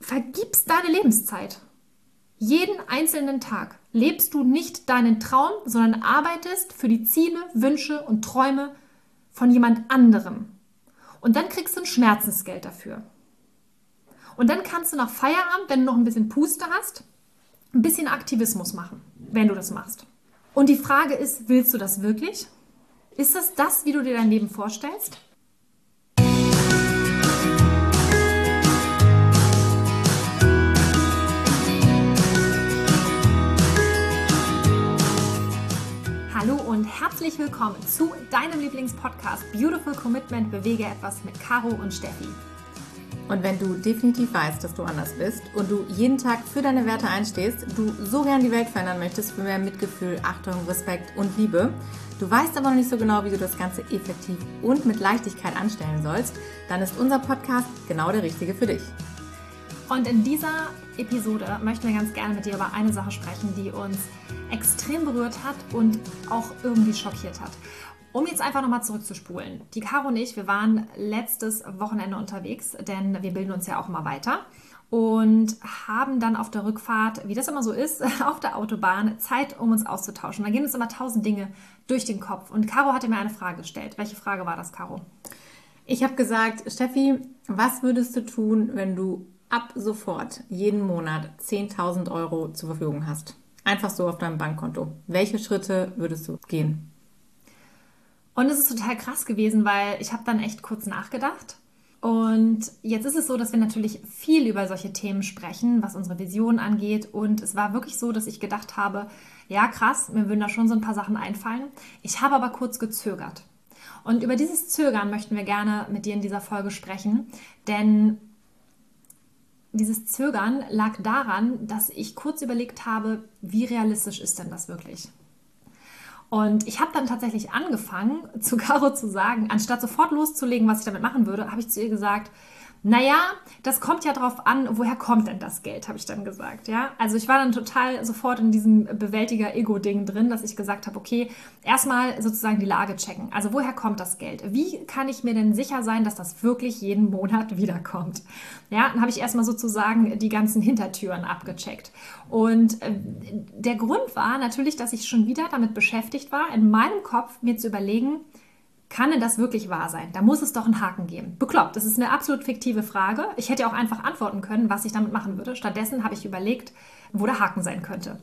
vergibst deine Lebenszeit. Jeden einzelnen Tag lebst du nicht deinen Traum, sondern arbeitest für die Ziele, Wünsche und Träume von jemand anderem. Und dann kriegst du ein Schmerzensgeld dafür. Und dann kannst du nach Feierabend, wenn du noch ein bisschen Puste hast, ein bisschen Aktivismus machen, wenn du das machst. Und die Frage ist, willst du das wirklich? Ist das, wie du dir dein Leben vorstellst? Hallo und herzlich willkommen zu deinem Lieblingspodcast Beautiful Commitment – Bewege etwas mit Caro und Steffi. Und wenn du definitiv weißt, dass du anders bist und du jeden Tag für deine Werte einstehst, du so gern die Welt verändern möchtest für mehr Mitgefühl, Achtung, Respekt und Liebe, du weißt aber noch nicht so genau, wie du das Ganze effektiv und mit Leichtigkeit anstellen sollst, dann ist unser Podcast genau der richtige für dich. Und in dieser Episode möchten wir ganz gerne mit dir über eine Sache sprechen, die uns extrem berührt hat und auch irgendwie schockiert hat. Um jetzt einfach nochmal zurückzuspulen. Die Caro und ich, wir waren letztes Wochenende unterwegs, denn wir bilden uns ja auch immer weiter und haben dann auf der Rückfahrt, wie das immer so ist, auf der Autobahn Zeit, um uns auszutauschen. Da gehen uns immer 1000 Dinge durch den Kopf. Und Caro hatte mir eine Frage gestellt. Welche Frage war das, Caro? Ich habe gesagt, Steffi, was würdest du tun, wenn du ab sofort jeden Monat 10.000 Euro zur Verfügung hast? Einfach so auf deinem Bankkonto. Welche Schritte würdest du gehen? Und es ist total krass gewesen, weil ich habe dann echt kurz nachgedacht. Und jetzt ist es so, dass wir natürlich viel über solche Themen sprechen, was unsere Vision angeht. Und es war wirklich so, dass ich gedacht habe, ja krass, mir würden da schon so ein paar Sachen einfallen. Ich habe aber kurz gezögert. Und über dieses Zögern möchten wir gerne mit dir in dieser Folge sprechen. Denn dieses Zögern lag daran, dass ich kurz überlegt habe, wie realistisch ist denn das wirklich? Und ich habe dann tatsächlich angefangen, zu Caro zu sagen, anstatt sofort loszulegen, was ich damit machen würde, habe ich zu ihr gesagt, naja, das kommt ja drauf an, woher kommt denn das Geld, habe ich dann gesagt. Ja? Also ich war dann total sofort in diesem Bewältiger-Ego-Ding drin, dass ich gesagt habe, okay, erstmal sozusagen die Lage checken. Also woher kommt das Geld? Wie kann ich mir denn sicher sein, dass das wirklich jeden Monat wiederkommt? Ja, dann habe ich erstmal sozusagen die ganzen Hintertüren abgecheckt. Und der Grund war natürlich, dass ich schon wieder damit beschäftigt war, in meinem Kopf mir zu überlegen, kann denn das wirklich wahr sein? Da muss es doch einen Haken geben. Bekloppt, das ist eine absolut fiktive Frage. Ich hätte auch einfach antworten können, was ich damit machen würde. Stattdessen habe ich überlegt, wo der Haken sein könnte.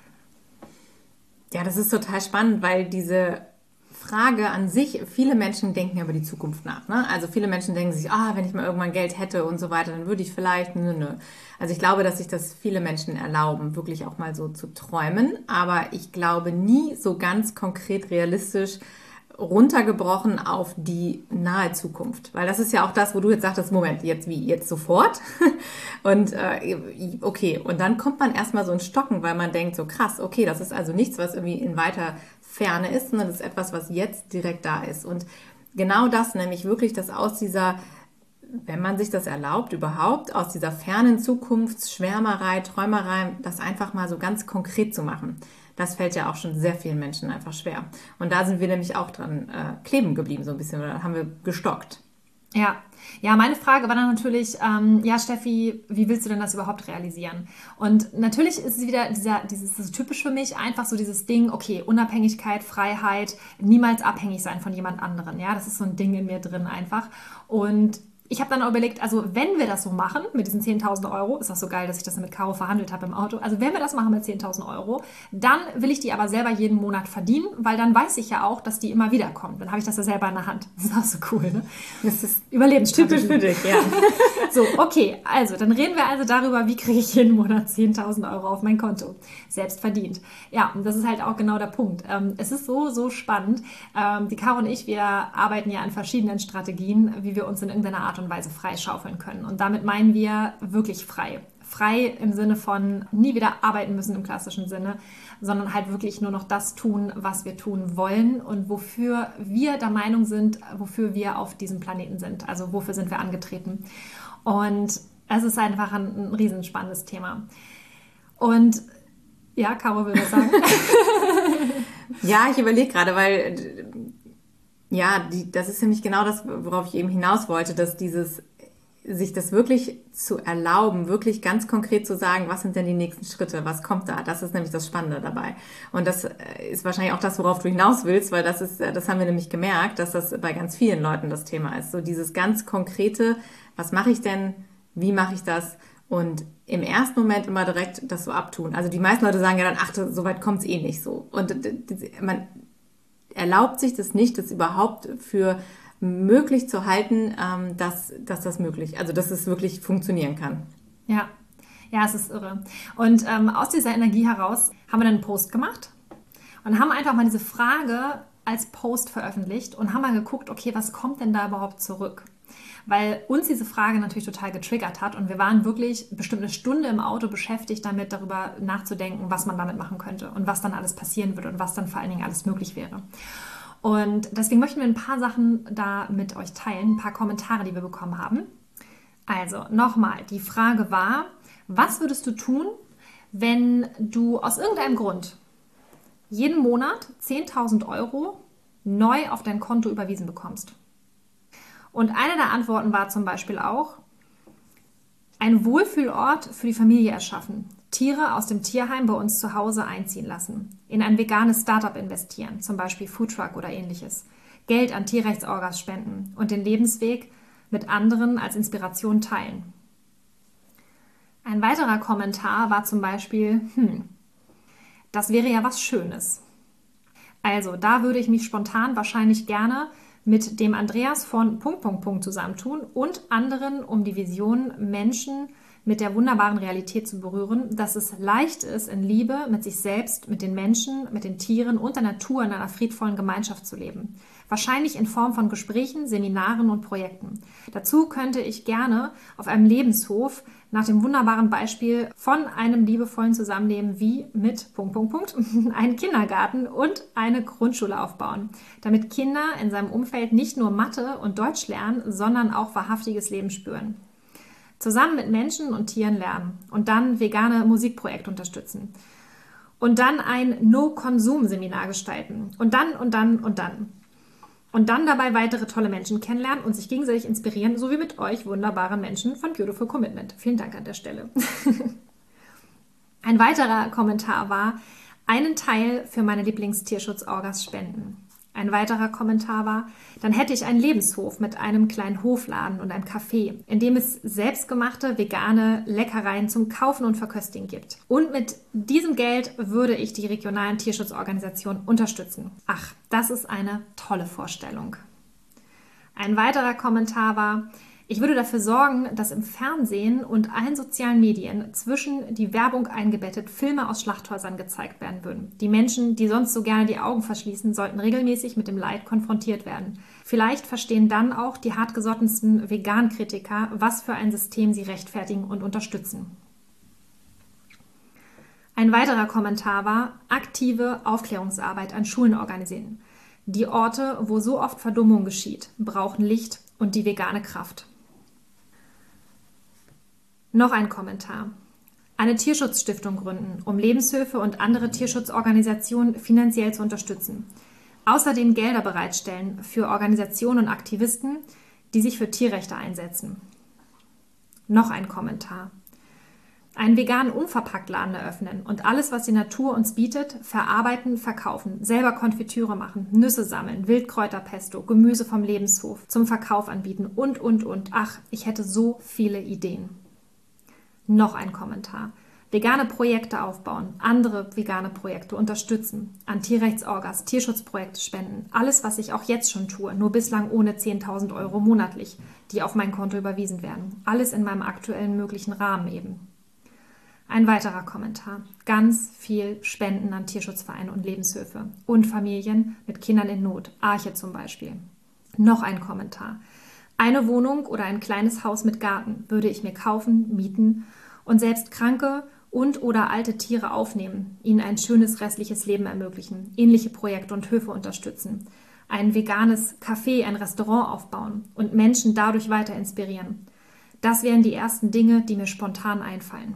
Ja, das ist total spannend, weil diese Frage an sich, viele Menschen denken ja über die Zukunft nach. Ne? Also viele Menschen denken sich, wenn ich mal irgendwann Geld hätte und so weiter, dann würde ich vielleicht, nö. Also ich glaube, dass sich das viele Menschen erlauben, wirklich auch mal so zu träumen. Aber ich glaube nie so ganz konkret realistisch runtergebrochen auf die nahe Zukunft. Weil das ist ja auch das, wo du jetzt sagtest, Moment, jetzt wie? Jetzt sofort? Und okay, und dann kommt man erstmal so in Stocken, weil man denkt so krass, okay, das ist also nichts, was irgendwie in weiter Ferne ist, sondern das ist etwas, was jetzt direkt da ist. Und genau das, nämlich wirklich, dass aus dieser, wenn man sich das erlaubt überhaupt, aus dieser fernen Zukunftsschwärmerei, Träumerei, das einfach mal so ganz konkret zu machen. Das fällt ja auch schon sehr vielen Menschen einfach schwer. Und da sind wir nämlich auch dran kleben geblieben so ein bisschen, oder haben wir gestockt. Ja, meine Frage war dann natürlich, Steffi, wie willst du denn das überhaupt realisieren? Und natürlich ist es wieder dieses typisch für mich, einfach so dieses Ding, okay, Unabhängigkeit, Freiheit, niemals abhängig sein von jemand anderen. Ja, das ist so ein Ding in mir drin einfach. Und ich habe dann auch überlegt, also wenn wir das so machen mit diesen 10.000 Euro, ist das so geil, dass ich das mit Caro verhandelt habe im Auto, also wenn wir das machen mit 10.000 Euro, dann will ich die aber selber jeden Monat verdienen, weil dann weiß ich ja auch, dass die immer wieder kommt. Dann habe ich das ja selber in der Hand. Das ist auch so cool, ne? Das ist Überlebensstrategie. typisch für dich, ja. So, okay, also dann reden wir also darüber, wie kriege ich jeden Monat 10.000 Euro auf mein Konto. Selbst verdient. Ja, und das ist halt auch genau der Punkt. Es ist so spannend. Die Caro und ich, wir arbeiten ja an verschiedenen Strategien, wie wir uns in irgendeiner Art und Weise freischaufeln können. Und damit meinen wir wirklich frei. Frei im Sinne von nie wieder arbeiten müssen im klassischen Sinne, sondern halt wirklich nur noch das tun, was wir tun wollen und wofür wir der Meinung sind, wofür wir auf diesem Planeten sind. Also wofür sind wir angetreten. Und es ist einfach ein riesenspannendes Thema. Und ja, Caro will was sagen. Ja, ich überlege gerade, weil das ist nämlich genau das, worauf ich eben hinaus wollte, dass dieses sich das wirklich zu erlauben, wirklich ganz konkret zu sagen, was sind denn die nächsten Schritte, was kommt da? Das ist nämlich das Spannende dabei. Und das ist wahrscheinlich auch das, worauf du hinaus willst, weil das haben wir nämlich gemerkt, dass das bei ganz vielen Leuten das Thema ist. So dieses ganz konkrete, was mache ich denn, wie mache ich das? Und im ersten Moment immer direkt das so abtun. Also die meisten Leute sagen ja dann, ach, so weit kommt es eh nicht so. Und man erlaubt sich das nicht, das überhaupt für möglich zu halten, dass das möglich, also dass es wirklich funktionieren kann. Ja, ja, es ist irre. Und aus dieser Energie heraus haben wir dann einen Post gemacht und haben einfach mal diese Frage als Post veröffentlicht und haben mal geguckt, okay, was kommt denn da überhaupt zurück? Weil uns diese Frage natürlich total getriggert hat und wir waren wirklich bestimmt eine Stunde im Auto beschäftigt damit, darüber nachzudenken, was man damit machen könnte und was dann alles passieren würde und was dann vor allen Dingen alles möglich wäre. Und deswegen möchten wir ein paar Sachen da mit euch teilen, ein paar Kommentare, die wir bekommen haben. Also nochmal, die Frage war, was würdest du tun, wenn du aus irgendeinem Grund jeden Monat 10.000 Euro neu auf dein Konto überwiesen bekommst? Und eine der Antworten war zum Beispiel auch, einen Wohlfühlort für die Familie erschaffen, Tiere aus dem Tierheim bei uns zu Hause einziehen lassen, in ein veganes Startup investieren, zum Beispiel Foodtruck oder ähnliches, Geld an Tierrechtsorgas spenden und den Lebensweg mit anderen als Inspiration teilen. Ein weiterer Kommentar war zum Beispiel, das wäre ja was Schönes. Also da würde ich mich spontan wahrscheinlich gerne mit dem Andreas von .. zusammentun und anderen, um die Vision Menschen mit der wunderbaren Realität zu berühren, dass es leicht ist, in Liebe mit sich selbst, mit den Menschen, mit den Tieren und der Natur in einer friedvollen Gemeinschaft zu leben. Wahrscheinlich in Form von Gesprächen, Seminaren und Projekten. Dazu könnte ich gerne auf einem Lebenshof nach dem wunderbaren Beispiel von einem liebevollen Zusammenleben wie mit .. einen Kindergarten und eine Grundschule aufbauen, damit Kinder in seinem Umfeld nicht nur Mathe und Deutsch lernen, sondern auch wahrhaftiges Leben spüren. Zusammen mit Menschen und Tieren lernen und dann vegane Musikprojekte unterstützen. Und dann ein No-Konsum-Seminar gestalten. Und dann und dann und dann. Und dann dabei weitere tolle Menschen kennenlernen und sich gegenseitig inspirieren, so wie mit euch wunderbaren Menschen von Beautiful Commitment. Vielen Dank an der Stelle. Ein weiterer Kommentar war, einen Teil für meine Lieblingstierschutzorgas spenden. Ein weiterer Kommentar war, dann hätte ich einen Lebenshof mit einem kleinen Hofladen und einem Café, in dem es selbstgemachte vegane Leckereien zum Kaufen und Verköstigen gibt. Und mit diesem Geld würde ich die regionalen Tierschutzorganisationen unterstützen. Ach, das ist eine tolle Vorstellung. Ein weiterer Kommentar war, ich würde dafür sorgen, dass im Fernsehen und allen sozialen Medien zwischen die Werbung eingebettet Filme aus Schlachthäusern gezeigt werden würden. Die Menschen, die sonst so gerne die Augen verschließen, sollten regelmäßig mit dem Leid konfrontiert werden. Vielleicht verstehen dann auch die hartgesottensten Vegan-Kritiker, was für ein System sie rechtfertigen und unterstützen. Ein weiterer Kommentar war, aktive Aufklärungsarbeit an Schulen organisieren. Die Orte, wo so oft Verdummung geschieht, brauchen Licht und die vegane Kraft. Noch ein Kommentar. Eine Tierschutzstiftung gründen, um Lebenshöfe und andere Tierschutzorganisationen finanziell zu unterstützen. Außerdem Gelder bereitstellen für Organisationen und Aktivisten, die sich für Tierrechte einsetzen. Noch ein Kommentar. Einen veganen Unverpacktladen eröffnen und alles, was die Natur uns bietet, verarbeiten, verkaufen, selber Konfitüre machen, Nüsse sammeln, Wildkräuterpesto, Gemüse vom Lebenshof zum Verkauf anbieten und. Ach, ich hätte so viele Ideen. Noch ein Kommentar. Vegane Projekte aufbauen, andere vegane Projekte unterstützen, an Tierrechtsorgas, Tierschutzprojekte spenden, alles, was ich auch jetzt schon tue, nur bislang ohne 10.000 Euro monatlich, die auf mein Konto überwiesen werden. Alles in meinem aktuellen möglichen Rahmen eben. Ein weiterer Kommentar. Ganz viel Spenden an Tierschutzvereine und Lebenshöfe und Familien mit Kindern in Not, Arche zum Beispiel. Noch ein Kommentar. Eine Wohnung oder ein kleines Haus mit Garten würde ich mir kaufen, mieten und selbst kranke und oder alte Tiere aufnehmen, ihnen ein schönes restliches Leben ermöglichen, ähnliche Projekte und Höfe unterstützen, ein veganes Café, ein Restaurant aufbauen und Menschen dadurch weiter inspirieren. Das wären die ersten Dinge, die mir spontan einfallen.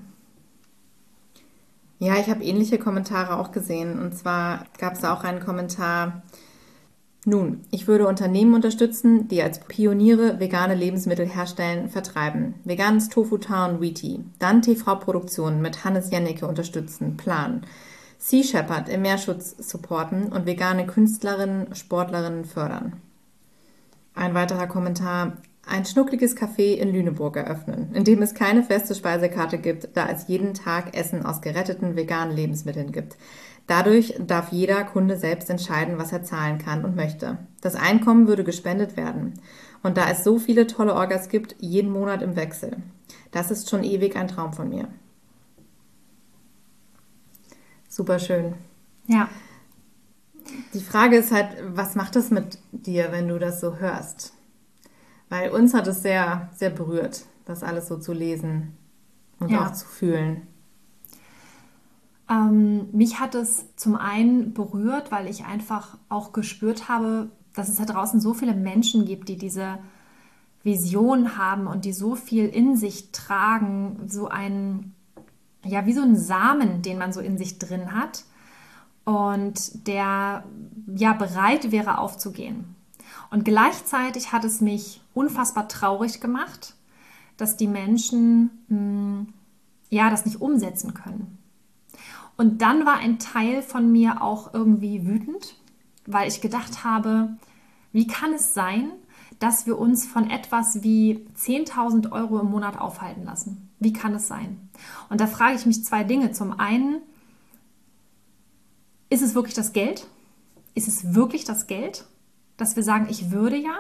Ja, ich habe ähnliche Kommentare auch gesehen. Und zwar gab es auch einen Kommentar, Nun, ich würde Unternehmen unterstützen, die als Pioniere vegane Lebensmittel herstellen, vertreiben. Veganes Tofu Town Wheatie. Dann TV-Produktionen mit Hannes Jennecke unterstützen, planen. Sea Shepherd im Meerschutz supporten und vegane Künstlerinnen, Sportlerinnen fördern. Ein weiterer Kommentar. Ein schnuckliges Café in Lüneburg eröffnen, in dem es keine feste Speisekarte gibt, da es jeden Tag Essen aus geretteten veganen Lebensmitteln gibt. Dadurch darf jeder Kunde selbst entscheiden, was er zahlen kann und möchte. Das Einkommen würde gespendet werden. Und da es so viele tolle Orgas gibt, jeden Monat im Wechsel. Das ist schon ewig ein Traum von mir. Super schön. Ja. Die Frage ist halt, was macht das mit dir, wenn du das so hörst? Weil uns hat es sehr, sehr berührt, das alles so zu lesen und auch zu fühlen. Mich hat es zum einen berührt, weil ich einfach auch gespürt habe, dass es da draußen so viele Menschen gibt, die diese Vision haben und die so viel in sich tragen, so ein, ja, wie so ein Samen, den man so in sich drin hat und der ja bereit wäre aufzugehen. Und gleichzeitig hat es mich unfassbar traurig gemacht, dass die Menschen ja das nicht umsetzen können. Und dann war ein Teil von mir auch irgendwie wütend, weil ich gedacht habe, wie kann es sein, dass wir uns von etwas wie 10.000 Euro im Monat aufhalten lassen? Wie kann es sein? Und da frage ich mich zwei Dinge. Zum einen, ist es wirklich das Geld? Ist es wirklich das Geld, dass wir sagen, ich würde ja?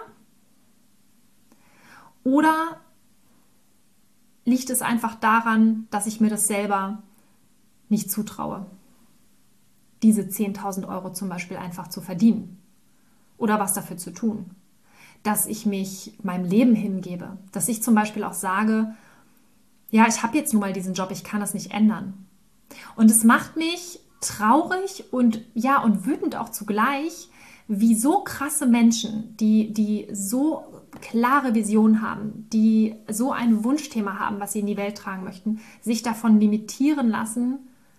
Oder liegt es einfach daran, dass ich mir das selber nicht zutraue, diese 10.000 Euro zum Beispiel einfach zu verdienen oder was dafür zu tun, dass ich mich meinem Leben hingebe, dass ich zum Beispiel auch sage, ja, ich habe jetzt nun mal diesen Job, ich kann das nicht ändern. Und es macht mich traurig und ja und wütend auch zugleich, wie so krasse Menschen, die so klare Visionen haben, die so ein Wunschthema haben, was sie in die Welt tragen möchten, sich davon limitieren lassen,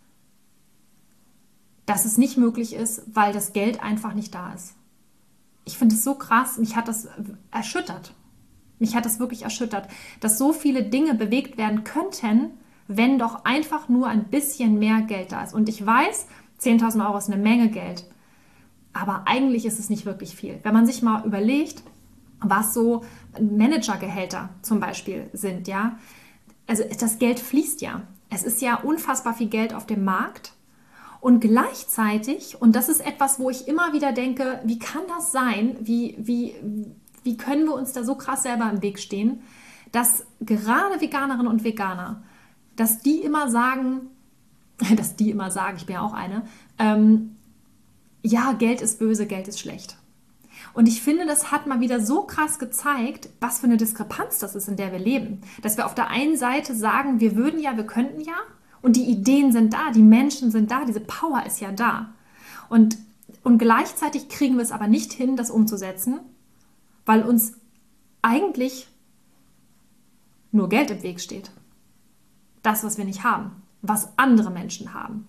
dass es nicht möglich ist, weil das Geld einfach nicht da ist. Ich finde es so krass, mich hat das erschüttert. Mich hat das wirklich erschüttert, dass so viele Dinge bewegt werden könnten, wenn doch einfach nur ein bisschen mehr Geld da ist. Und ich weiß, 10.000 Euro ist eine Menge Geld, aber eigentlich ist es nicht wirklich viel. Wenn man sich mal überlegt, was so Managergehälter zum Beispiel sind, ja, also das Geld fließt ja. Es ist ja unfassbar viel Geld auf dem Markt. Und gleichzeitig, und das ist etwas, wo ich immer wieder denke, wie kann das sein? Wie können wir uns da so krass selber im Weg stehen, dass gerade Veganerinnen und Veganer, dass die immer sagen, ich bin ja auch eine, ja, Geld ist böse, Geld ist schlecht. Und ich finde, das hat mal wieder so krass gezeigt, was für eine Diskrepanz das ist, in der wir leben. Dass wir auf der einen Seite sagen, wir würden ja, wir könnten ja, und die Ideen sind da, die Menschen sind da, diese Power ist ja da. Und gleichzeitig kriegen wir es aber nicht hin, das umzusetzen, weil uns eigentlich nur Geld im Weg steht. Das, was wir nicht haben, was andere Menschen haben.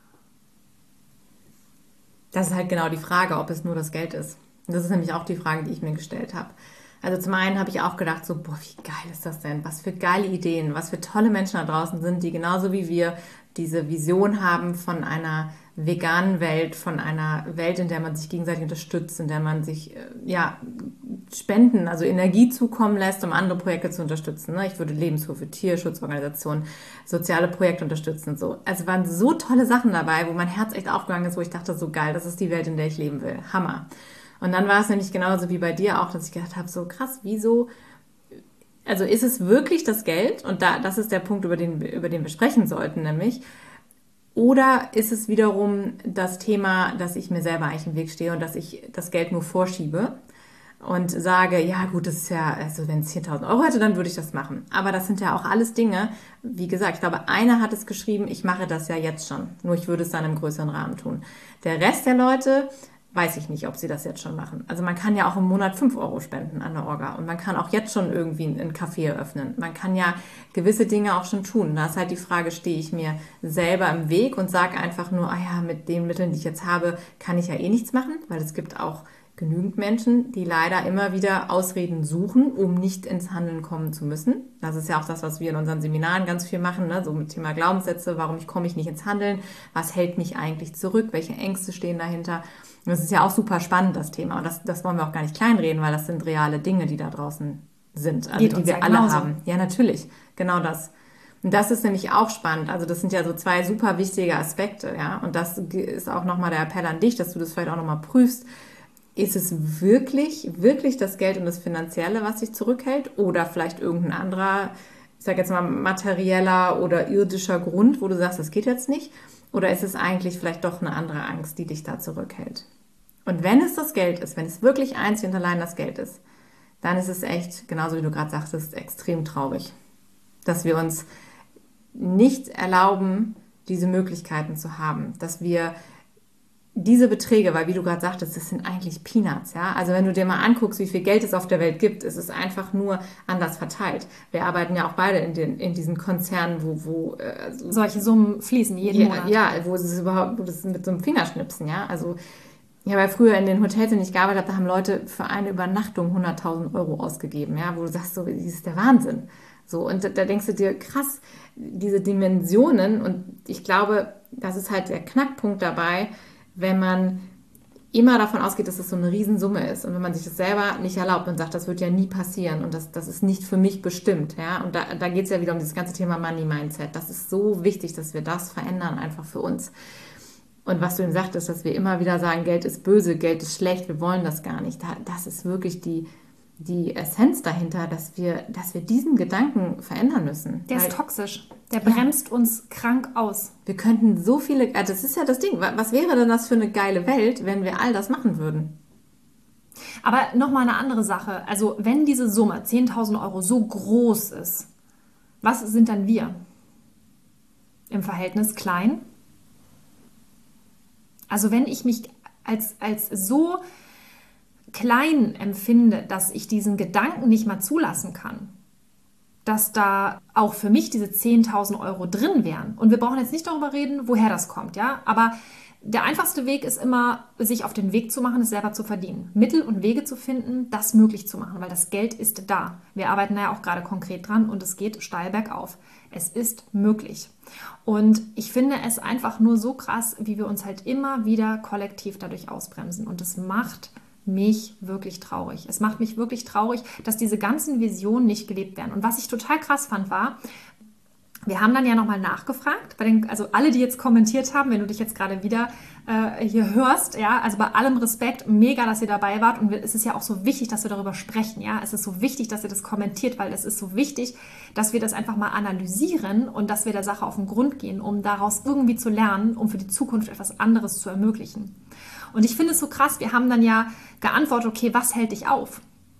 Das ist halt genau die Frage, ob es nur das Geld ist. Und das ist nämlich auch die Frage, die ich mir gestellt habe. Also zum einen habe ich auch gedacht, so, boah, wie geil ist das denn? Was für geile Ideen, was für tolle Menschen da draußen sind, die genauso wie wir diese Vision haben von einer veganen Welt, von einer Welt, in der man sich gegenseitig unterstützt, in der man sich Spenden, also Energie zukommen lässt, um andere Projekte zu unterstützen. Ich würde Lebenshilfe, Tierschutzorganisationen, soziale Projekte unterstützen und so. Also waren so tolle Sachen dabei, wo mein Herz echt aufgegangen ist, wo ich dachte, so geil, das ist die Welt, in der ich leben will. Hammer. Und dann war es nämlich genauso wie bei dir auch, dass ich gedacht habe, so krass, wieso, also ist es wirklich das Geld? Und das ist der Punkt, über den wir sprechen sollten, nämlich. Oder ist es wiederum das Thema, dass ich mir selber eigentlich im Weg stehe und dass ich das Geld nur vorschiebe und sage, ja gut, das ist ja, also wenn es 10.000 Euro hätte, dann würde ich das machen. Aber das sind ja auch alles Dinge, wie gesagt, ich glaube, einer hat es geschrieben, ich mache das ja jetzt schon, nur ich würde es dann im größeren Rahmen tun. Der Rest der Leute weiß ich nicht, ob sie das jetzt schon machen. Also man kann ja auch im Monat 5 Euro spenden an der Orga und man kann auch jetzt schon irgendwie ein Café eröffnen. Man kann ja gewisse Dinge auch schon tun. Da ist halt die Frage, stehe ich mir selber im Weg und sage einfach nur, ah ja, mit den Mitteln, die ich jetzt habe, kann ich ja eh nichts machen, weil es gibt auch genügend Menschen, die leider immer wieder Ausreden suchen, um nicht ins Handeln kommen zu müssen. Das ist ja auch das, was wir in unseren Seminaren ganz viel machen, ne? So mit Thema Glaubenssätze, komme ich nicht ins Handeln, was hält mich eigentlich zurück, welche Ängste stehen dahinter. Und das ist ja auch super spannend, das Thema. Und das wollen wir auch gar nicht kleinreden, weil das sind reale Dinge, die da draußen sind, also die wir alle haben. Ja, natürlich, genau das. Und das ist nämlich auch spannend. Also das sind ja so zwei super wichtige Aspekte, ja. Und das ist auch nochmal der Appell an dich, dass du das vielleicht auch nochmal prüfst. Ist es wirklich das Geld und das Finanzielle, was dich zurückhält? Oder vielleicht irgendein anderer, ich sage jetzt mal materieller oder irdischer Grund, wo du sagst, das geht jetzt nicht? Oder ist es eigentlich vielleicht doch eine andere Angst, die dich da zurückhält? Und wenn es das Geld ist, wenn es wirklich einzig und allein das Geld ist, dann ist es echt, genauso wie du gerade sagtest, extrem traurig, dass wir uns nicht erlauben, diese Möglichkeiten zu haben, dass wir diese Beträge, weil wie du gerade sagtest, das sind eigentlich Peanuts, ja. Also wenn du dir mal anguckst, wie viel Geld es auf der Welt gibt, ist es einfach nur anders verteilt. Wir arbeiten ja auch beide in diesen Konzernen, wo solche Summen fließen jeden Monat. Ja, wo das mit so einem Fingerschnipsen, ja. Also ich habe ja früher in den Hotels, in denen ich gearbeitet habe, da haben Leute für eine Übernachtung 100.000 Euro ausgegeben, ja, wo du sagst, so, das ist der Wahnsinn. So, und da denkst du dir, krass, diese Dimensionen, und ich glaube, das ist halt der Knackpunkt dabei, wenn man immer davon ausgeht, dass das so eine Riesensumme ist und wenn man sich das selber nicht erlaubt und sagt, das wird ja nie passieren und das ist nicht für mich bestimmt, ja, und da geht es ja wieder um dieses ganze Thema Money Mindset. Das ist so wichtig, dass wir das verändern, einfach für uns. Und was du eben sagtest, dass wir immer wieder sagen, Geld ist böse, Geld ist schlecht, wir wollen das gar nicht. Das ist wirklich die Essenz dahinter, dass wir diesen Gedanken verändern müssen. Der ist toxisch. Der bremst uns krank aus. Wir könnten so viele, das ist ja das Ding, was wäre denn das für eine geile Welt, wenn wir all das machen würden? Aber nochmal eine andere Sache. Also wenn diese Summe, 10.000 Euro, so groß ist, was sind dann wir? Im Verhältnis klein? Also wenn ich mich als so klein empfinde, dass ich diesen Gedanken nicht mal zulassen kann, dass da auch für mich diese 10.000 Euro drin wären. Und wir brauchen jetzt nicht darüber reden, woher das kommt, ja. Aber der einfachste Weg ist immer, sich auf den Weg zu machen, es selber zu verdienen. Mittel und Wege zu finden, das möglich zu machen, weil das Geld ist da. Wir arbeiten ja auch gerade konkret dran und es geht steil bergauf. Es ist möglich. Und ich finde es einfach nur so krass, wie wir uns halt immer wieder kollektiv dadurch ausbremsen. Und es macht mich wirklich traurig. Es macht mich wirklich traurig, dass diese ganzen Visionen nicht gelebt werden. Und was ich total krass fand, war, wir haben dann ja nochmal nachgefragt, also alle, die jetzt kommentiert haben, wenn du dich jetzt gerade wieder hier hörst, ja, also bei allem Respekt, mega, dass ihr dabei wart, und es ist ja auch so wichtig, dass wir darüber sprechen, ja, es ist so wichtig, dass ihr das kommentiert, weil es ist so wichtig, dass wir das einfach mal analysieren und dass wir der Sache auf den Grund gehen, um daraus irgendwie zu lernen, um für die Zukunft etwas anderes zu ermöglichen. Und ich finde es so krass, wir haben dann ja geantwortet, okay, was hält dich auf?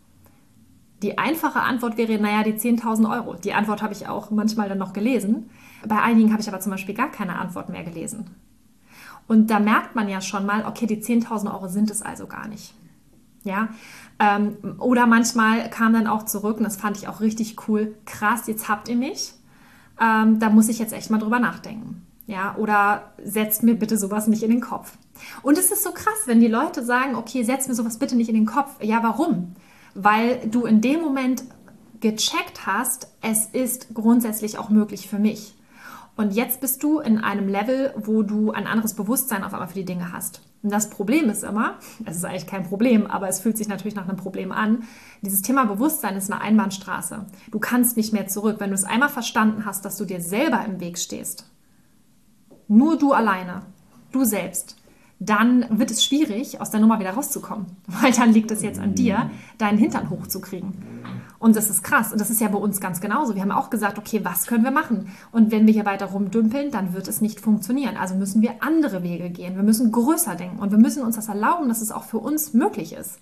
Die einfache Antwort wäre, naja, die 10.000 Euro. Die Antwort habe ich auch manchmal dann noch gelesen. Bei einigen habe ich aber zum Beispiel gar keine Antwort mehr gelesen. Und da merkt man ja schon mal, okay, die 10.000 Euro sind es also gar nicht. Ja? Oder manchmal kam dann auch zurück, und das fand ich auch richtig cool, krass, jetzt habt ihr mich. Da muss ich jetzt echt mal drüber nachdenken. Ja? Oder setzt mir bitte sowas nicht in den Kopf. Und es ist so krass, wenn die Leute sagen, okay, setzt mir sowas bitte nicht in den Kopf. Ja, warum? Weil du in dem Moment gecheckt hast, es ist grundsätzlich auch möglich für mich. Und jetzt bist du in einem Level, wo du ein anderes Bewusstsein auf einmal für die Dinge hast. Und das Problem ist immer, es ist eigentlich kein Problem, aber es fühlt sich natürlich nach einem Problem an, dieses Thema Bewusstsein ist eine Einbahnstraße. Du kannst nicht mehr zurück. Wenn du es einmal verstanden hast, dass du dir selber im Weg stehst, nur du alleine, du selbst, dann wird es schwierig, aus der Nummer wieder rauszukommen. Weil dann liegt es jetzt an dir, deinen Hintern hochzukriegen. Und das ist krass. Und das ist ja bei uns ganz genauso. Wir haben auch gesagt, okay, was können wir machen? Und wenn wir hier weiter rumdümpeln, dann wird es nicht funktionieren. Also müssen wir andere Wege gehen. Wir müssen größer denken. Und wir müssen uns das erlauben, dass es auch für uns möglich ist.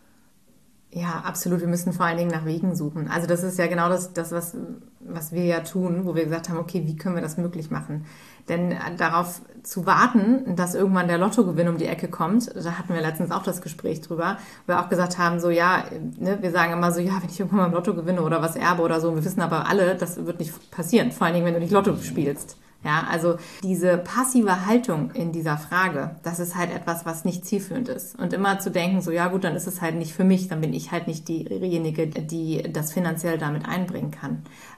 Ja, absolut. Wir müssen vor allen Dingen nach Wegen suchen. Also das ist ja genau das was wir ja tun, wo wir gesagt haben, okay, wie können wir das möglich machen? Denn darauf zu warten, dass irgendwann der Lottogewinn um die Ecke kommt, da hatten wir letztens auch das Gespräch drüber, wo wir auch gesagt haben, so ja, ne, wir sagen immer so, ja, wenn ich irgendwann mal im Lotto gewinne oder was erbe oder so, wir wissen aber alle, das wird nicht passieren, vor allen Dingen, wenn du nicht Lotto spielst. Ja, also diese passive Haltung in dieser Frage, das ist halt etwas, was nicht zielführend ist. Und immer zu denken, so ja gut, dann ist es halt nicht für mich, dann bin ich halt nicht diejenige, die das finanziell damit einbringen kann.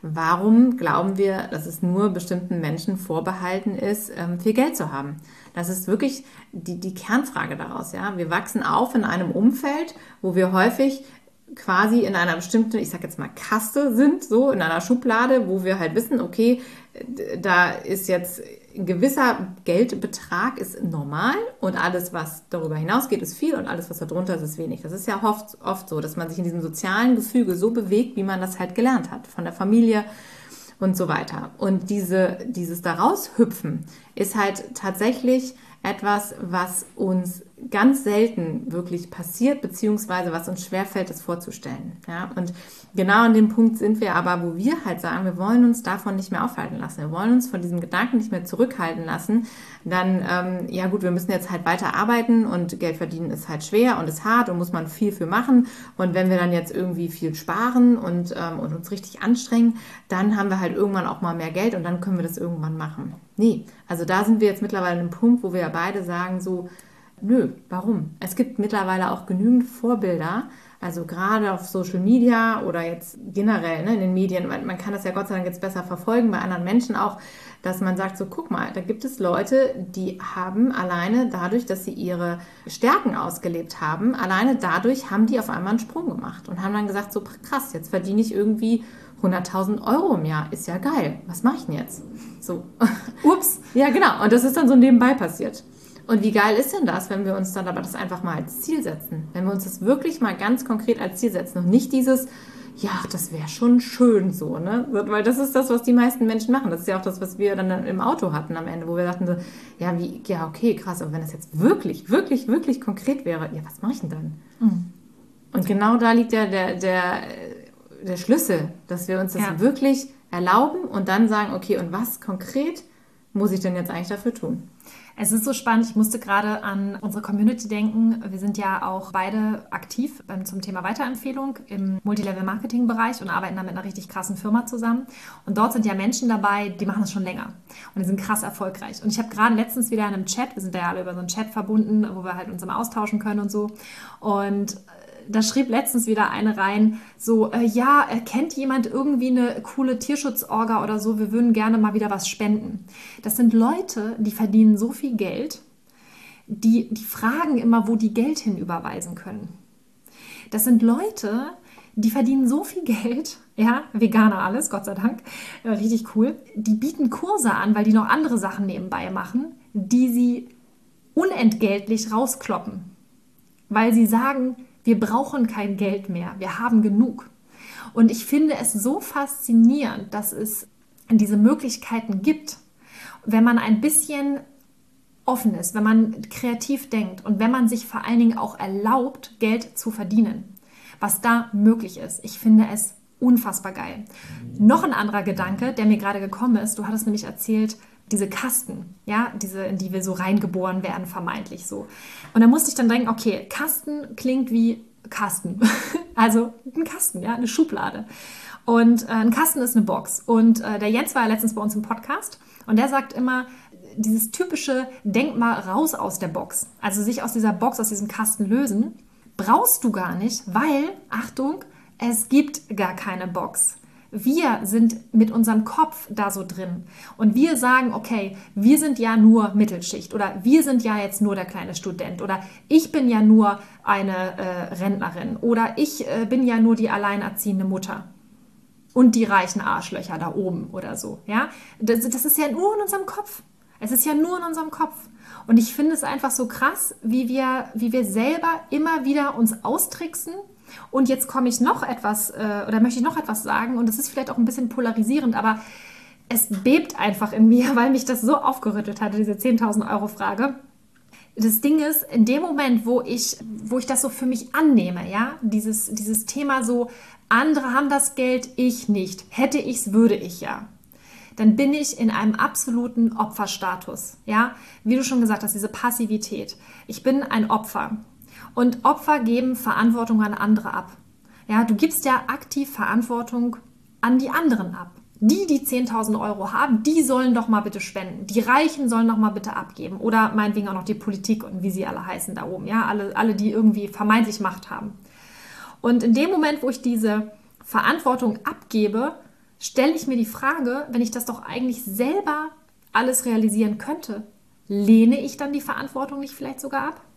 Warum glauben wir, dass es nur bestimmten Menschen vorbehalten ist, viel Geld zu haben? Das ist wirklich die Kernfrage daraus. Ja, wir wachsen auf in einem Umfeld, wo wir häufig quasi in einer bestimmten, ich sag jetzt mal Kaste sind, so in einer Schublade, wo wir halt wissen, okay, da ist jetzt ein gewisser Geldbetrag ist normal und alles, was darüber hinausgeht, ist viel und alles, was darunter ist, ist wenig. Das ist ja oft so, dass man sich in diesem sozialen Gefüge so bewegt, wie man das halt gelernt hat, von der Familie und so weiter. Und dieses daraus hüpfen ist halt tatsächlich etwas, was uns ganz selten wirklich passiert, beziehungsweise was uns schwerfällt, das vorzustellen. Ja? Und genau an dem Punkt sind wir aber, wo wir halt sagen, wir wollen uns davon nicht mehr aufhalten lassen. Wir wollen uns von diesem Gedanken nicht mehr zurückhalten lassen. Dann, ja gut, wir müssen jetzt halt weiter arbeiten und Geld verdienen ist halt schwer und ist hart und muss man viel für machen. Und wenn wir dann jetzt irgendwie viel sparen und uns richtig anstrengen, dann haben wir halt irgendwann auch mal mehr Geld und dann können wir das irgendwann machen. Nee, also da sind wir jetzt mittlerweile an einem Punkt, wo wir ja beide sagen so, nö, warum? Es gibt mittlerweile auch genügend Vorbilder, also gerade auf Social Media oder jetzt generell in den Medien, man kann das ja Gott sei Dank jetzt besser verfolgen, bei anderen Menschen auch, dass man sagt so, guck mal, da gibt es Leute, die haben alleine dadurch, dass sie ihre Stärken ausgelebt haben, alleine dadurch haben die auf einmal einen Sprung gemacht und haben dann gesagt so, krass, jetzt verdiene ich irgendwie 100.000 Euro im Jahr, ist ja geil, was mache ich denn jetzt? So, ups, ja genau, und das ist dann so nebenbei passiert. Und wie geil ist denn das, wenn wir uns dann aber das einfach mal als Ziel setzen? Wenn wir uns das wirklich mal ganz konkret als Ziel setzen und nicht dieses, ja, das wäre schon schön so, ne? Weil das ist das, was die meisten Menschen machen. Das ist ja auch das, was wir dann im Auto hatten am Ende, wo wir dachten so, ja, okay, krass, aber wenn das jetzt wirklich, wirklich, wirklich konkret wäre, ja, was mache ich denn dann? Mhm. Und genau da liegt ja der Schlüssel, dass wir uns das wirklich erlauben und dann sagen, okay, und was konkret muss ich denn jetzt eigentlich dafür tun? Es ist so spannend, ich musste gerade an unsere Community denken. Wir sind ja auch beide aktiv zum Thema Weiterempfehlung im Multilevel-Marketing-Bereich und arbeiten da mit einer richtig krassen Firma zusammen. Und dort sind ja Menschen dabei, die machen das schon länger und die sind krass erfolgreich. Und ich habe gerade letztens wieder in einem Chat, wir sind ja alle über so einen Chat verbunden, wo wir halt uns immer austauschen können und so. Und da schrieb letztens wieder eine rein, so, kennt jemand irgendwie eine coole Tierschutzorga oder so, wir würden gerne mal wieder was spenden. Das sind Leute, die verdienen so viel Geld, die fragen immer, wo die Geld hinüberweisen können. Das sind Leute, die verdienen so viel Geld, ja, Veganer alles, Gott sei Dank, richtig cool. Die bieten Kurse an, weil die noch andere Sachen nebenbei machen, die sie unentgeltlich rauskloppen. Weil sie sagen, wir brauchen kein Geld mehr, wir haben genug. Und ich finde es so faszinierend, dass es diese Möglichkeiten gibt, wenn man ein bisschen offen ist, wenn man kreativ denkt und wenn man sich vor allen Dingen auch erlaubt, Geld zu verdienen, was da möglich ist. Ich finde es unfassbar geil. Noch ein anderer Gedanke, der mir gerade gekommen ist, du hattest nämlich erzählt, diese Kasten, ja, in die wir so reingeboren werden, vermeintlich so. Und da musste ich dann denken, okay, Kasten klingt wie Kasten. Also ein Kasten, ja, eine Schublade. Und ein Kasten ist eine Box. Und der Jens war ja letztens bei uns im Podcast und der sagt immer, dieses typische, denk mal raus aus der Box. Also sich aus dieser Box, aus diesem Kasten lösen, brauchst du gar nicht, weil, Achtung, es gibt gar keine Box. Wir sind mit unserem Kopf da so drin und wir sagen, okay, wir sind ja nur Mittelschicht oder wir sind ja jetzt nur der kleine Student oder ich bin ja nur eine Rentnerin oder ich bin ja nur die alleinerziehende Mutter und die reichen Arschlöcher da oben oder so. Ja? Das ist ja nur in unserem Kopf. Es ist ja nur in unserem Kopf. Und ich finde es einfach so krass, wie wir selber immer wieder uns austricksen. Und jetzt komme ich noch etwas, oder möchte ich noch etwas sagen, und das ist vielleicht auch ein bisschen polarisierend, aber es bebt einfach in mir, weil mich das so aufgerüttelt hatte, diese 10.000 Euro Frage. Das Ding ist, in dem Moment, wo ich das so für mich annehme, ja, dieses Thema so, andere haben das Geld, ich nicht. Hätte ich's, würde ich ja. Dann bin ich in einem absoluten Opferstatus, ja. Wie du schon gesagt hast, diese Passivität. Ich bin ein Opfer. Und Opfer geben Verantwortung an andere ab. Ja, du gibst ja aktiv Verantwortung an die anderen ab. Die 10.000 Euro haben, die sollen doch mal bitte spenden. Die Reichen sollen doch mal bitte abgeben. Oder meinetwegen auch noch die Politik und wie sie alle heißen da oben. Ja, alle, die irgendwie vermeintlich Macht haben. Und in dem Moment, wo ich diese Verantwortung abgebe, stelle ich mir die Frage, wenn ich das doch eigentlich selber alles realisieren könnte, lehne ich dann die Verantwortung nicht vielleicht sogar ab?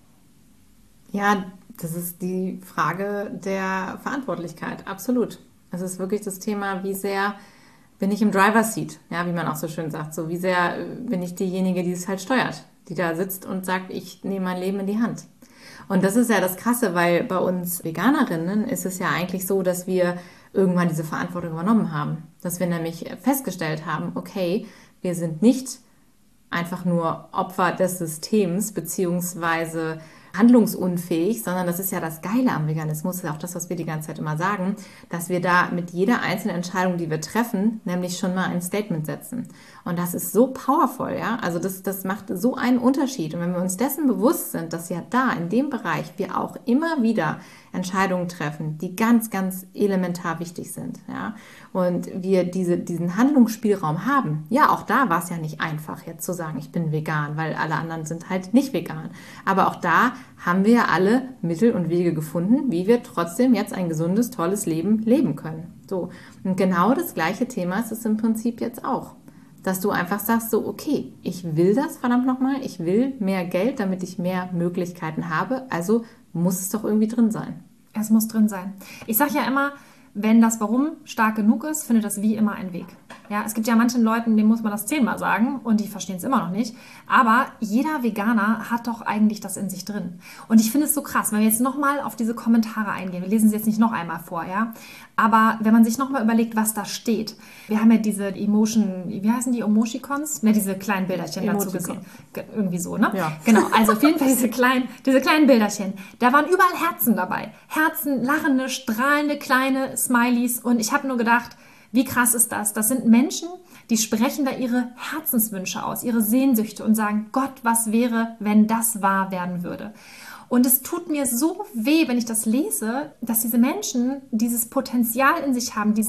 Ja, das ist die Frage der Verantwortlichkeit, absolut. Es ist wirklich das Thema, wie sehr bin ich im Driver's Seat, ja, wie man auch so schön sagt. So, wie sehr bin ich diejenige, die es halt steuert, die da sitzt und sagt, ich nehme mein Leben in die Hand. Und das ist ja das Krasse, weil bei uns Veganerinnen ist es ja eigentlich so, dass wir irgendwann diese Verantwortung übernommen haben. Dass wir nämlich festgestellt haben, okay, wir sind nicht einfach nur Opfer des Systems beziehungsweise handlungsunfähig, sondern das ist ja das Geile am Veganismus, ist ja auch das, was wir die ganze Zeit immer sagen, dass wir da mit jeder einzelnen Entscheidung, die wir treffen, nämlich schon mal ein Statement setzen. Und das ist so powerful, ja, also das macht so einen Unterschied. Und wenn wir uns dessen bewusst sind, dass ja da in dem Bereich wir auch immer wieder Entscheidungen treffen, die ganz, ganz elementar wichtig sind, ja, und wir diesen Handlungsspielraum haben. Ja, auch da war es ja nicht einfach, jetzt zu sagen, ich bin vegan, weil alle anderen sind halt nicht vegan. Aber auch da haben wir ja alle Mittel und Wege gefunden, wie wir trotzdem jetzt ein gesundes, tolles Leben leben können. So. Und genau das gleiche Thema ist es im Prinzip jetzt auch. Dass du einfach sagst, so, okay, ich will das verdammt nochmal, ich will mehr Geld, damit ich mehr Möglichkeiten habe, also muss es doch irgendwie drin sein. Es muss drin sein. Ich sage ja immer, wenn das Warum stark genug ist, findet das wie immer einen Weg. Ja, es gibt ja manchen Leuten, denen muss man das 10-mal sagen und die verstehen es immer noch nicht. Aber jeder Veganer hat doch eigentlich das in sich drin. Und ich finde es so krass, wenn wir jetzt nochmal auf diese Kommentare eingehen. Wir lesen sie jetzt nicht noch einmal vor, ja. Aber wenn man sich nochmal überlegt, was da steht. Wir haben ja diese wie heißen die, Emoticons? Ne, diese kleinen Bilderchen dazu gesehen. Irgendwie so, ne? Ja. Genau, also auf jeden Fall diese kleinen Bilderchen. Da waren überall Herzen dabei. Herzen, lachende, strahlende, kleine Smileys. Und ich habe nur gedacht, wie krass ist das? Das sind Menschen, die sprechen da ihre Herzenswünsche aus, ihre Sehnsüchte und sagen, Gott, was wäre, wenn das wahr werden würde? Und es tut mir so weh, wenn ich das lese, dass diese Menschen dieses Potenzial in sich haben,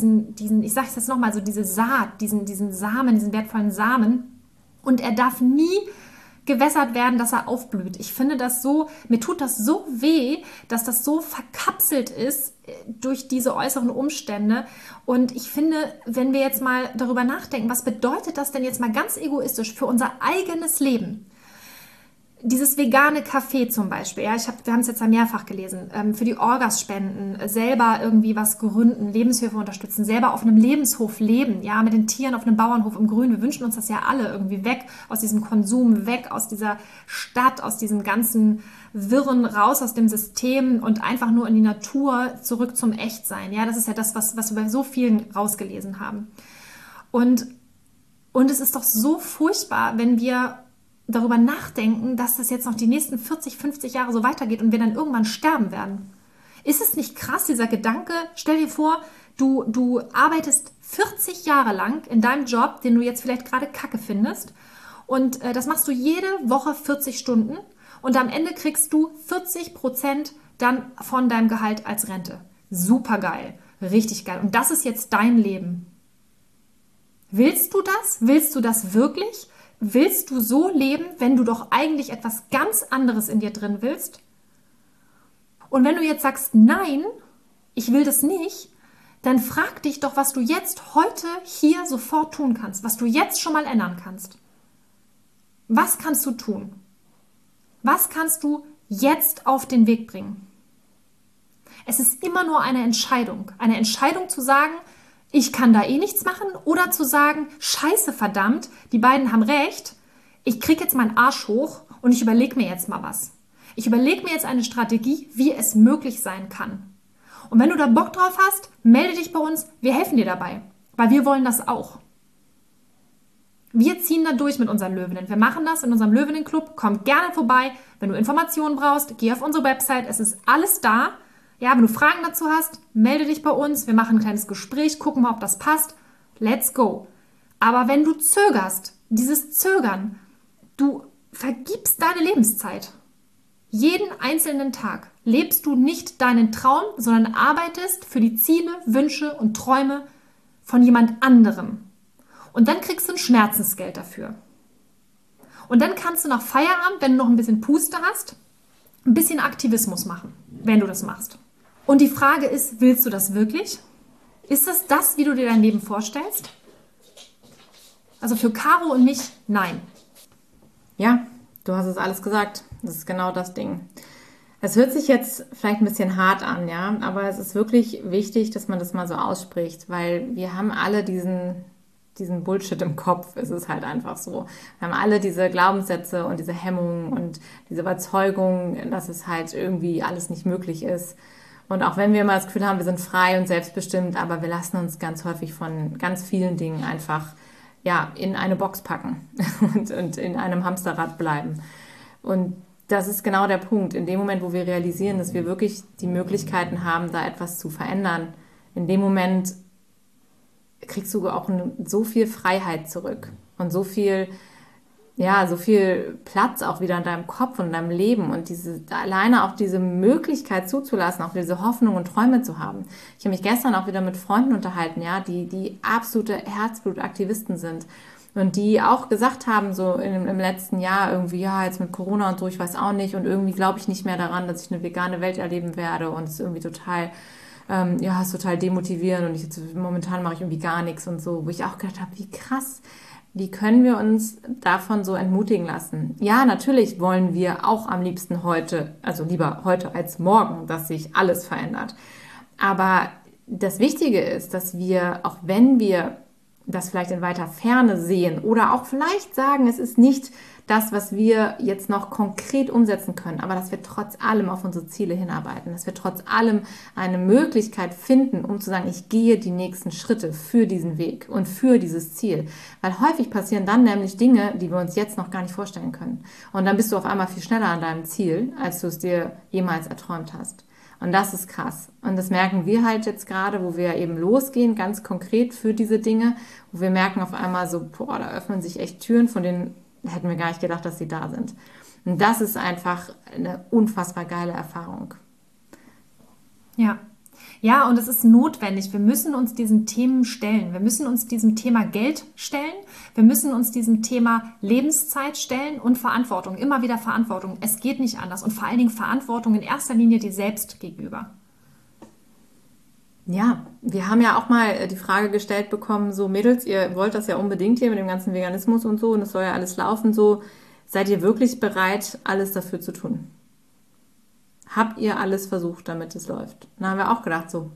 ich sage es jetzt nochmal, so diese Saat, diesen Samen, diesen wertvollen Samen. Und er darf nie gewässert werden, dass er aufblüht. Ich finde das so, mir tut das so weh, dass das so verkapselt ist durch diese äußeren Umstände. Und ich finde, wenn wir jetzt mal darüber nachdenken, was bedeutet das denn jetzt mal ganz egoistisch für unser eigenes Leben? Dieses vegane Café zum Beispiel, ja, wir haben es jetzt ja mehrfach gelesen, für die Orgas spenden, selber irgendwie was gründen, Lebenshöfe unterstützen, selber auf einem Lebenshof leben, ja, mit den Tieren auf einem Bauernhof im Grün. Wir wünschen uns das ja alle irgendwie weg aus diesem Konsum, weg aus dieser Stadt, aus diesem ganzen Wirren, raus aus dem System und einfach nur in die Natur, zurück zum Echtsein. Ja, das ist ja das, was wir bei so vielen rausgelesen haben. Und es ist doch so furchtbar, wenn wir darüber nachdenken, dass das jetzt noch die nächsten 40, 50 Jahre so weitergeht und wir dann irgendwann sterben werden. Ist es nicht krass, dieser Gedanke? Stell dir vor, du arbeitest 40 Jahre lang in deinem Job, den du jetzt vielleicht gerade kacke findest und das machst du jede Woche 40 Stunden und am Ende kriegst du 40% dann von deinem Gehalt als Rente. Super geil, richtig geil. Und das ist jetzt dein Leben. Willst du das? Willst du das wirklich? Willst du so leben, wenn du doch eigentlich etwas ganz anderes in dir drin willst? Und wenn du jetzt sagst, nein, ich will das nicht, dann frag dich doch, was du jetzt heute hier sofort tun kannst, was du jetzt schon mal ändern kannst. Was kannst du tun? Was kannst du jetzt auf den Weg bringen? Es ist immer nur eine Entscheidung zu sagen, ich kann da eh nichts machen oder zu sagen, scheiße, verdammt, die beiden haben recht, ich kriege jetzt meinen Arsch hoch und ich überlege mir jetzt mal was. Ich überlege mir jetzt eine Strategie, wie es möglich sein kann. Und wenn du da Bock drauf hast, melde dich bei uns, wir helfen dir dabei, weil wir wollen das auch. Wir ziehen da durch mit unseren Löwinnen. Wir machen das in unserem Löwinnen-Club, komm gerne vorbei. Wenn du Informationen brauchst, geh auf unsere Website, es ist alles da. Ja, wenn du Fragen dazu hast, melde dich bei uns. Wir machen ein kleines Gespräch, gucken mal, ob das passt. Let's go. Aber wenn du zögerst, dieses Zögern, du vergibst deine Lebenszeit. Jeden einzelnen Tag lebst du nicht deinen Traum, sondern arbeitest für die Ziele, Wünsche und Träume von jemand anderem. Und dann kriegst du ein Schmerzensgeld dafür. Und dann kannst du nach Feierabend, wenn du noch ein bisschen Puste hast, ein bisschen Aktivismus machen, wenn du das machst. Und die Frage ist, willst du das wirklich? Ist das, wie du dir dein Leben vorstellst? Also für Caro und mich, nein. Ja, du hast es alles gesagt. Das ist genau das Ding. Es hört sich jetzt vielleicht ein bisschen hart an, ja, aber es ist wirklich wichtig, dass man das mal so ausspricht, weil wir haben alle diesen Bullshit im Kopf. Es ist halt einfach so. Wir haben alle diese Glaubenssätze und diese Hemmungen und diese Überzeugung, dass es halt irgendwie alles nicht möglich ist. Und auch wenn wir immer das Gefühl haben, wir sind frei und selbstbestimmt, aber wir lassen uns ganz häufig von ganz vielen Dingen einfach ja, in eine Box packen und in einem Hamsterrad bleiben. Und das ist genau der Punkt. In dem Moment, wo wir realisieren, dass wir wirklich die Möglichkeiten haben, da etwas zu verändern, in dem Moment kriegst du auch so viel Freiheit zurück und so viel Platz auch wieder in deinem Kopf und in deinem Leben und alleine auch diese Möglichkeit zuzulassen, auch diese Hoffnung und Träume zu haben. Ich habe mich gestern auch wieder mit Freunden unterhalten, ja, die absolute Herzblutaktivisten sind und die auch gesagt haben, so im letzten Jahr irgendwie, ja, jetzt mit Corona und so, ich weiß auch nicht und irgendwie glaube ich nicht mehr daran, dass ich eine vegane Welt erleben werde und es ist irgendwie total ist total demotivierend und momentan mache ich irgendwie gar nichts und so, wo ich auch gedacht habe, wie krass, wie können wir uns davon so entmutigen lassen? Ja, natürlich wollen wir auch am liebsten heute, also lieber heute als morgen, dass sich alles verändert. Aber das Wichtige ist, dass wir, auch wenn wir das vielleicht in weiter Ferne sehen oder auch vielleicht sagen, es ist nicht das, was wir jetzt noch konkret umsetzen können, aber dass wir trotz allem auf unsere Ziele hinarbeiten, dass wir trotz allem eine Möglichkeit finden, um zu sagen, ich gehe die nächsten Schritte für diesen Weg und für dieses Ziel. Weil häufig passieren dann nämlich Dinge, die wir uns jetzt noch gar nicht vorstellen können. Und dann bist du auf einmal viel schneller an deinem Ziel, als du es dir jemals erträumt hast. Und das ist krass. Und das merken wir halt jetzt gerade, wo wir eben losgehen, ganz konkret für diese Dinge, wo wir merken auf einmal so, boah, da öffnen sich echt Türen, von denen hätten wir gar nicht gedacht, dass sie da sind. Und das ist einfach eine unfassbar geile Erfahrung. Ja. Ja, und es ist notwendig. Wir müssen uns diesen Themen stellen. Wir müssen uns diesem Thema Geld stellen. Wir müssen uns diesem Thema Lebenszeit stellen und Verantwortung. Immer wieder Verantwortung. Es geht nicht anders. Und vor allen Dingen Verantwortung in erster Linie dir selbst gegenüber. Ja, wir haben ja auch mal die Frage gestellt bekommen, so Mädels, ihr wollt das ja unbedingt hier mit dem ganzen Veganismus und so und es soll ja alles laufen, so seid ihr wirklich bereit, alles dafür zu tun? Habt ihr alles versucht, damit es läuft? Dann haben wir auch gedacht so,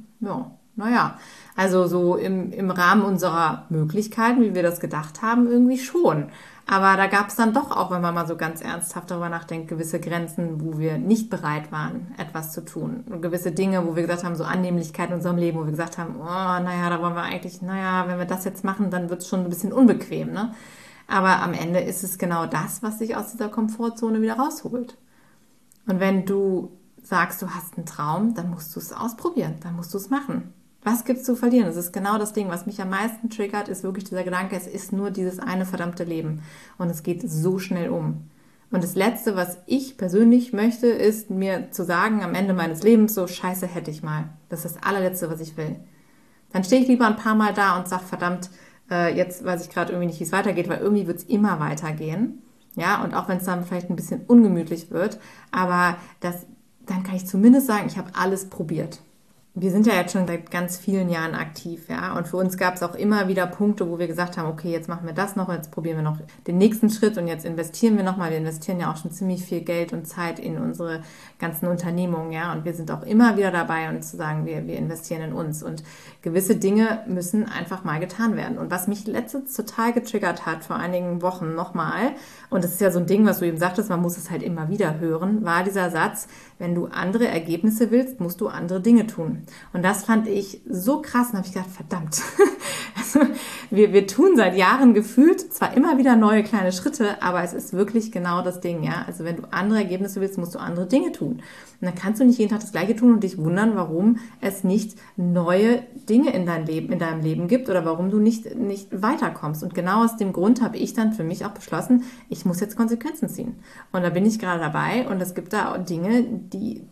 naja, also so im Rahmen unserer Möglichkeiten, wie wir das gedacht haben, irgendwie schon. Aber da gab es dann doch auch, wenn man mal so ganz ernsthaft darüber nachdenkt, gewisse Grenzen, wo wir nicht bereit waren, etwas zu tun. Und gewisse Dinge, wo wir gesagt haben, so Annehmlichkeit in unserem Leben, wo wir gesagt haben, da wollen wir eigentlich, wenn wir das jetzt machen, dann wird es schon ein bisschen unbequem, ne? Aber am Ende ist es genau das, was dich aus dieser Komfortzone wieder rausholt. Und wenn du sagst, du hast einen Traum, dann musst du es ausprobieren, dann musst du es machen. Was gibt's zu verlieren? Das ist genau das Ding, was mich am meisten triggert, ist wirklich dieser Gedanke, es ist nur dieses eine verdammte Leben und es geht so schnell um. Und das Letzte, was ich persönlich möchte, ist mir zu sagen am Ende meines Lebens, so scheiße hätte ich mal. Das ist das allerletzte, was ich will. Dann stehe ich lieber ein paar Mal da und sage, verdammt, jetzt weiß ich gerade irgendwie nicht, wie es weitergeht, weil irgendwie wird es immer weitergehen. Ja, und auch wenn es dann vielleicht ein bisschen ungemütlich wird, aber dann kann ich zumindest sagen, ich habe alles probiert. Wir sind ja jetzt schon seit ganz vielen Jahren aktiv, ja, und für uns gab es auch immer wieder Punkte, wo wir gesagt haben, okay, jetzt machen wir das noch, jetzt probieren wir noch den nächsten Schritt und jetzt investieren wir nochmal. Wir investieren ja auch schon ziemlich viel Geld und Zeit in unsere ganzen Unternehmungen, ja, und wir sind auch immer wieder dabei, uns zu sagen, wir investieren in uns und gewisse Dinge müssen einfach mal getan werden. Und was mich letztens total getriggert hat, vor einigen Wochen nochmal, und das ist ja so ein Ding, was du eben sagtest, man muss es halt immer wieder hören, war dieser Satz, wenn du andere Ergebnisse willst, musst du andere Dinge tun. Und das fand ich so krass und habe ich gedacht, verdammt. Also wir tun seit Jahren gefühlt zwar immer wieder neue kleine Schritte, aber es ist wirklich genau das Ding, ja. Also wenn du andere Ergebnisse willst, musst du andere Dinge tun. Und dann kannst du nicht jeden Tag das Gleiche tun und dich wundern, warum es nicht neue Dinge in deinem Leben gibt oder warum du nicht weiterkommst. Und genau aus dem Grund habe ich dann für mich auch beschlossen, ich muss jetzt Konsequenzen ziehen. Und da bin ich gerade dabei und es gibt da auch Dinge,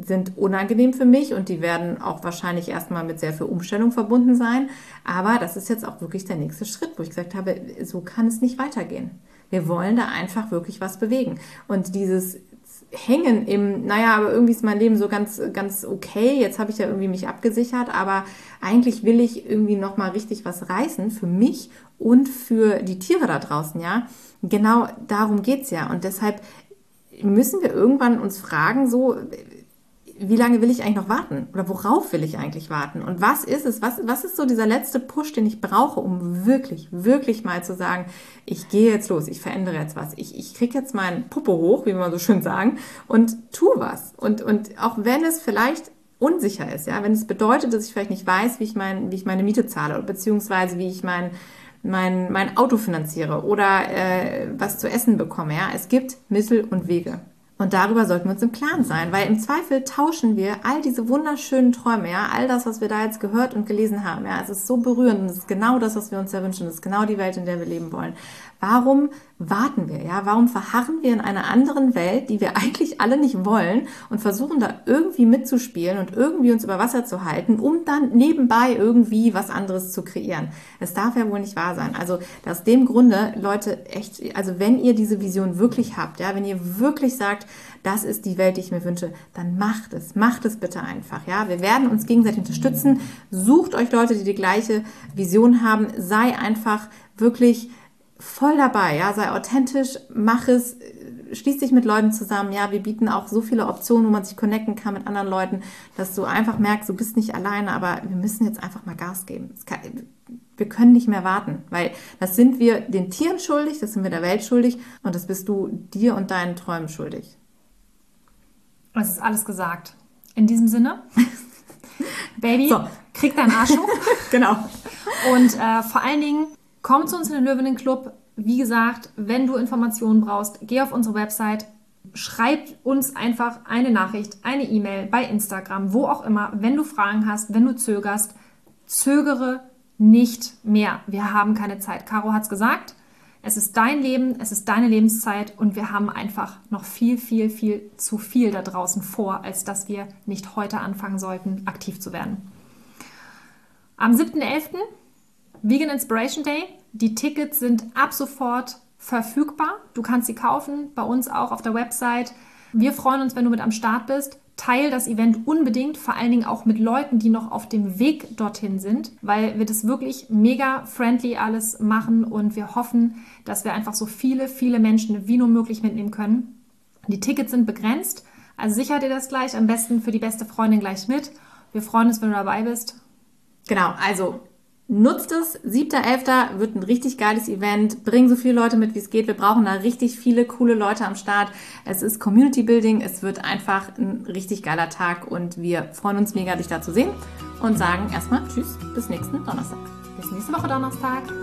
sind unangenehm für mich und die werden auch wahrscheinlich erstmal mit sehr viel Umstellung verbunden sein. Aber das ist jetzt auch wirklich der nächste Schritt, wo ich gesagt habe, so kann es nicht weitergehen. Wir wollen da einfach wirklich was bewegen. Und dieses Hängen im, naja, aber irgendwie ist mein Leben so ganz, ganz okay, jetzt habe ich ja irgendwie mich abgesichert, aber eigentlich will ich irgendwie nochmal richtig was reißen für mich und für die Tiere da draußen, ja. Genau darum geht's ja. Und deshalb müssen wir irgendwann uns fragen, so, wie lange will ich eigentlich noch warten? Oder worauf will ich eigentlich warten? Und was ist es? Was ist so dieser letzte Push, den ich brauche, um wirklich, wirklich mal zu sagen, ich gehe jetzt los, ich verändere jetzt was. Ich kriege jetzt meinen Popo hoch, wie wir mal so schön sagen, und tue was. Und auch wenn es vielleicht unsicher ist, ja, wenn es bedeutet, dass ich vielleicht nicht weiß, wie ich meine Miete zahle, beziehungsweise wie ich mein Auto finanziere oder was zu essen bekomme, ja. Es gibt Mittel und Wege. Und darüber sollten wir uns im Klaren sein, weil im Zweifel tauschen wir all diese wunderschönen Träume, ja, all das, was wir da jetzt gehört und gelesen haben, ja, es ist so berührend und es ist genau das, was wir uns ja wünschen, es ist genau die Welt, in der wir leben wollen. Warum warten wir, ja? Warum verharren wir in einer anderen Welt, die wir eigentlich alle nicht wollen und versuchen da irgendwie mitzuspielen und irgendwie uns über Wasser zu halten, um dann nebenbei irgendwie was anderes zu kreieren? Es darf ja wohl nicht wahr sein. Also aus dem Grunde, Leute, echt, also wenn ihr diese Vision wirklich habt, ja, wenn ihr wirklich sagt, das ist die Welt, die ich mir wünsche, dann macht es bitte einfach, ja. Wir werden uns gegenseitig unterstützen. Sucht euch Leute, die die gleiche Vision haben. Sei einfach wirklich voll dabei, ja, sei authentisch, mach es, schließ dich mit Leuten zusammen, ja, wir bieten auch so viele Optionen, wo man sich connecten kann mit anderen Leuten, dass du einfach merkst, du bist nicht alleine, aber wir müssen jetzt einfach mal Gas geben. Wir können nicht mehr warten, weil das sind wir den Tieren schuldig, das sind wir der Welt schuldig und das bist du dir und deinen Träumen schuldig. Es ist alles gesagt. In diesem Sinne, Baby, krieg deinen Arsch hoch. Genau. Und vor allen Dingen, komm zu uns in den Löwinnen-Club. Wie gesagt, wenn du Informationen brauchst, geh auf unsere Website, schreib uns einfach eine Nachricht, eine E-Mail bei Instagram, wo auch immer. Wenn du Fragen hast, wenn du zögerst, zögere nicht mehr. Wir haben keine Zeit. Caro hat es gesagt. Es ist dein Leben, es ist deine Lebenszeit und wir haben einfach noch viel, viel, viel zu viel da draußen vor, als dass wir nicht heute anfangen sollten, aktiv zu werden. Am 7.11. Vegan Inspiration Day. Die Tickets sind ab sofort verfügbar. Du kannst sie kaufen, bei uns auch auf der Website. Wir freuen uns, wenn du mit am Start bist. Teil das Event unbedingt, vor allen Dingen auch mit Leuten, die noch auf dem Weg dorthin sind, weil wir das wirklich mega friendly alles machen und wir hoffen, dass wir einfach so viele, viele Menschen wie nur möglich mitnehmen können. Die Tickets sind begrenzt, also sicher dir das gleich, am besten für die beste Freundin gleich mit. Wir freuen uns, wenn du dabei bist. Genau, also nutzt es. 7.11. wird ein richtig geiles Event. Bring so viele Leute mit, wie es geht. Wir brauchen da richtig viele coole Leute am Start. Es ist Community Building. Es wird einfach ein richtig geiler Tag und wir freuen uns mega, dich da zu sehen und sagen erstmal Tschüss, bis nächsten Donnerstag. Bis nächste Woche Donnerstag.